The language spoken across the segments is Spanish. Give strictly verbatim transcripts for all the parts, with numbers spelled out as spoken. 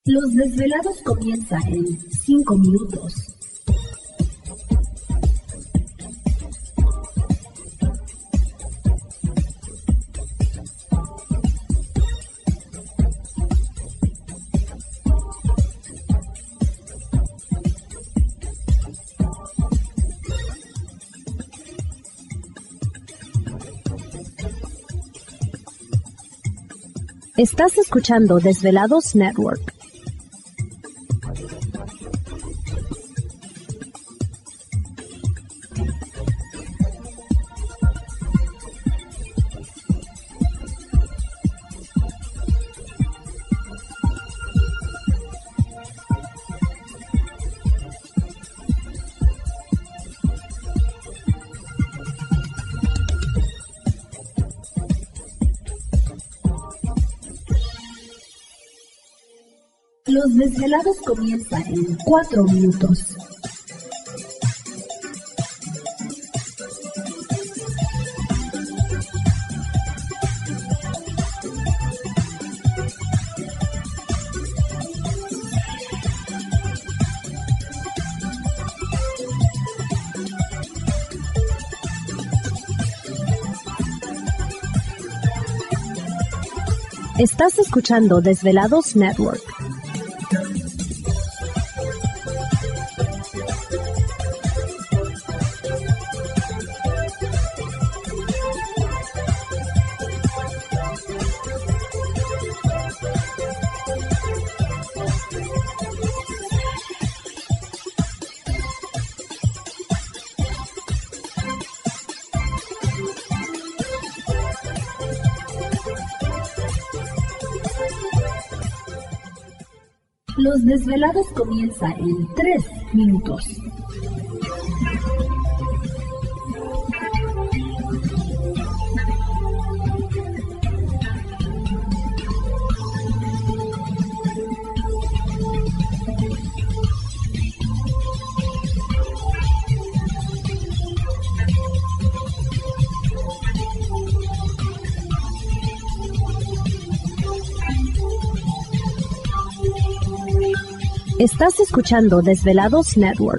Los desvelados comienza en cinco minutos. Estás escuchando Desvelados Network. Los desvelados comienza en cuatro minutos. Estás escuchando Desvelados Network. Los desvelados comienza en tres minutos. Estás escuchando Desvelados Network.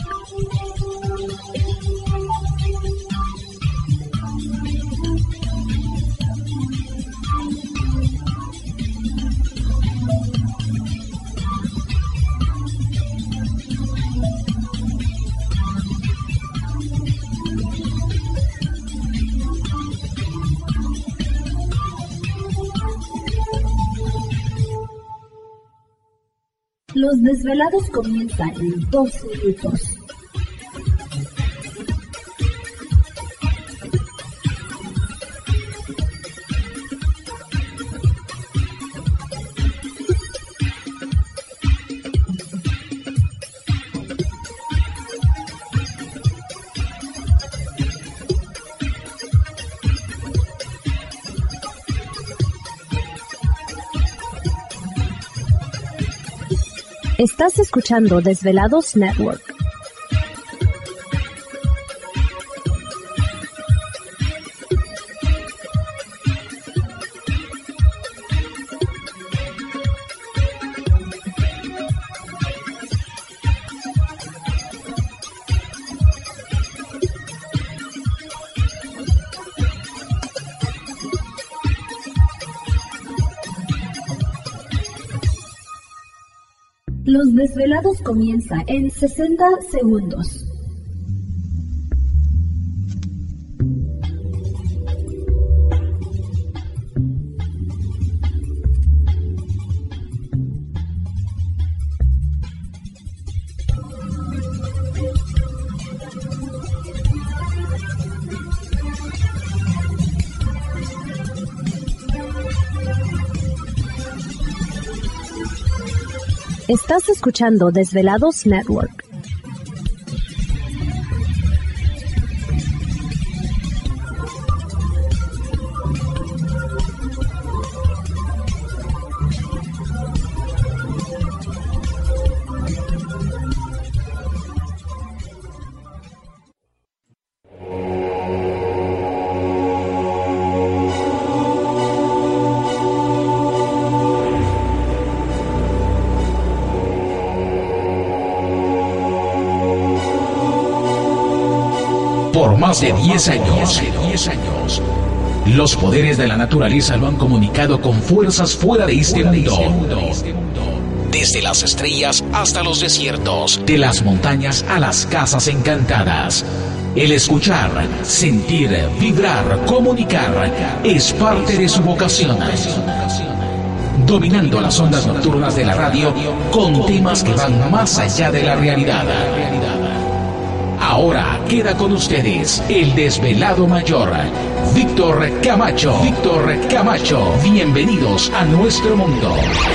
Los desvelados comienza en dos minutos. Estás escuchando Desvelados Network. Los desvelados comienza en sesenta segundos. Estás escuchando Desvelados Network. por más de diez años. Los poderes de la naturaleza lo han comunicado con fuerzas fuera de este mundo. Desde las estrellas hasta los desiertos, de las montañas a las casas encantadas. El escuchar, sentir, vibrar, comunicar es parte de su vocación. Dominando las ondas nocturnas de la radio con temas que van más allá de la realidad. Ahora queda con ustedes el desvelado mayor, Víctor Camacho. Víctor Camacho, bienvenidos a nuestro mundo.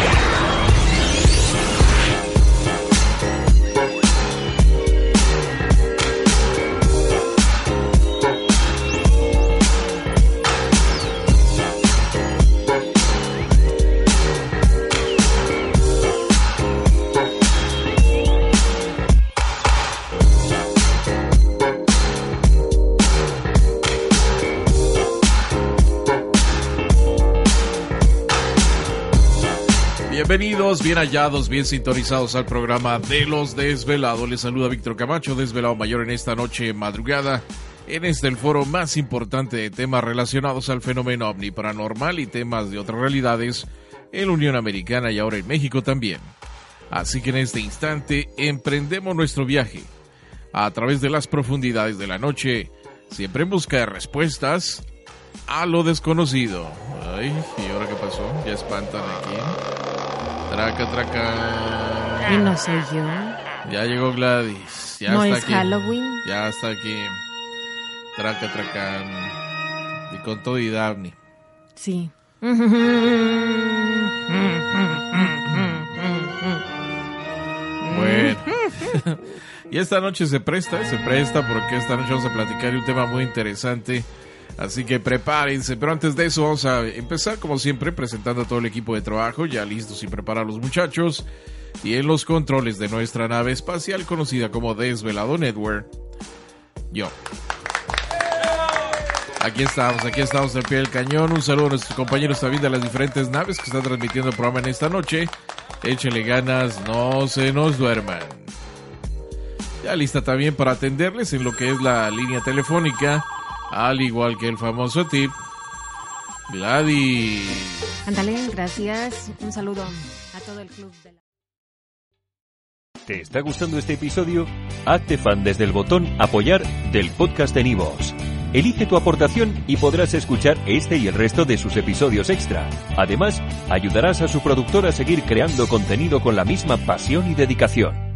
Bienvenidos, bien hallados, bien sintonizados al programa de Los Desvelados. Les saluda Víctor Camacho, desvelado mayor en esta noche madrugada. En este el foro más importante de temas relacionados al fenómeno ovni paranormal y temas de otras realidades en la Unión Americana y ahora en México también. Así que en este instante emprendemos nuestro viaje a través de las profundidades de la noche, siempre en busca de respuestas a lo desconocido. Ay, ¿y ahora qué pasó? Ya espantan aquí. Traca, traca. Y no soy yo. Ya llegó Gladys. Ya no está es aquí. Halloween. Ya está aquí. Traca, traca. Y con todo y Daphne. Sí. Bueno. Y esta noche se presta, se presta porque esta noche vamos a platicar de un tema muy interesante. Así que prepárense, pero antes de eso vamos a empezar como siempre presentando a todo el equipo de trabajo, ya listos y preparados los muchachos, y en los controles de nuestra nave espacial conocida como Desvelado Network, yo. Aquí estamos, aquí estamos al pie del cañón. Un saludo a nuestros compañeros también de las diferentes naves que están transmitiendo el programa en esta noche. Échenle ganas, no se nos duerman. Ya lista también para atenderles en lo que es la línea telefónica. Al igual que el famoso tip, Gladys. Ándale, gracias. Un saludo a todo el club de la... ¿Te está gustando este episodio? Hazte fan desde el botón Apoyar del podcast de Nivos. Elige tu aportación y podrás escuchar este y el resto de sus episodios extra. Además, ayudarás a su productor a seguir creando contenido con la misma pasión y dedicación.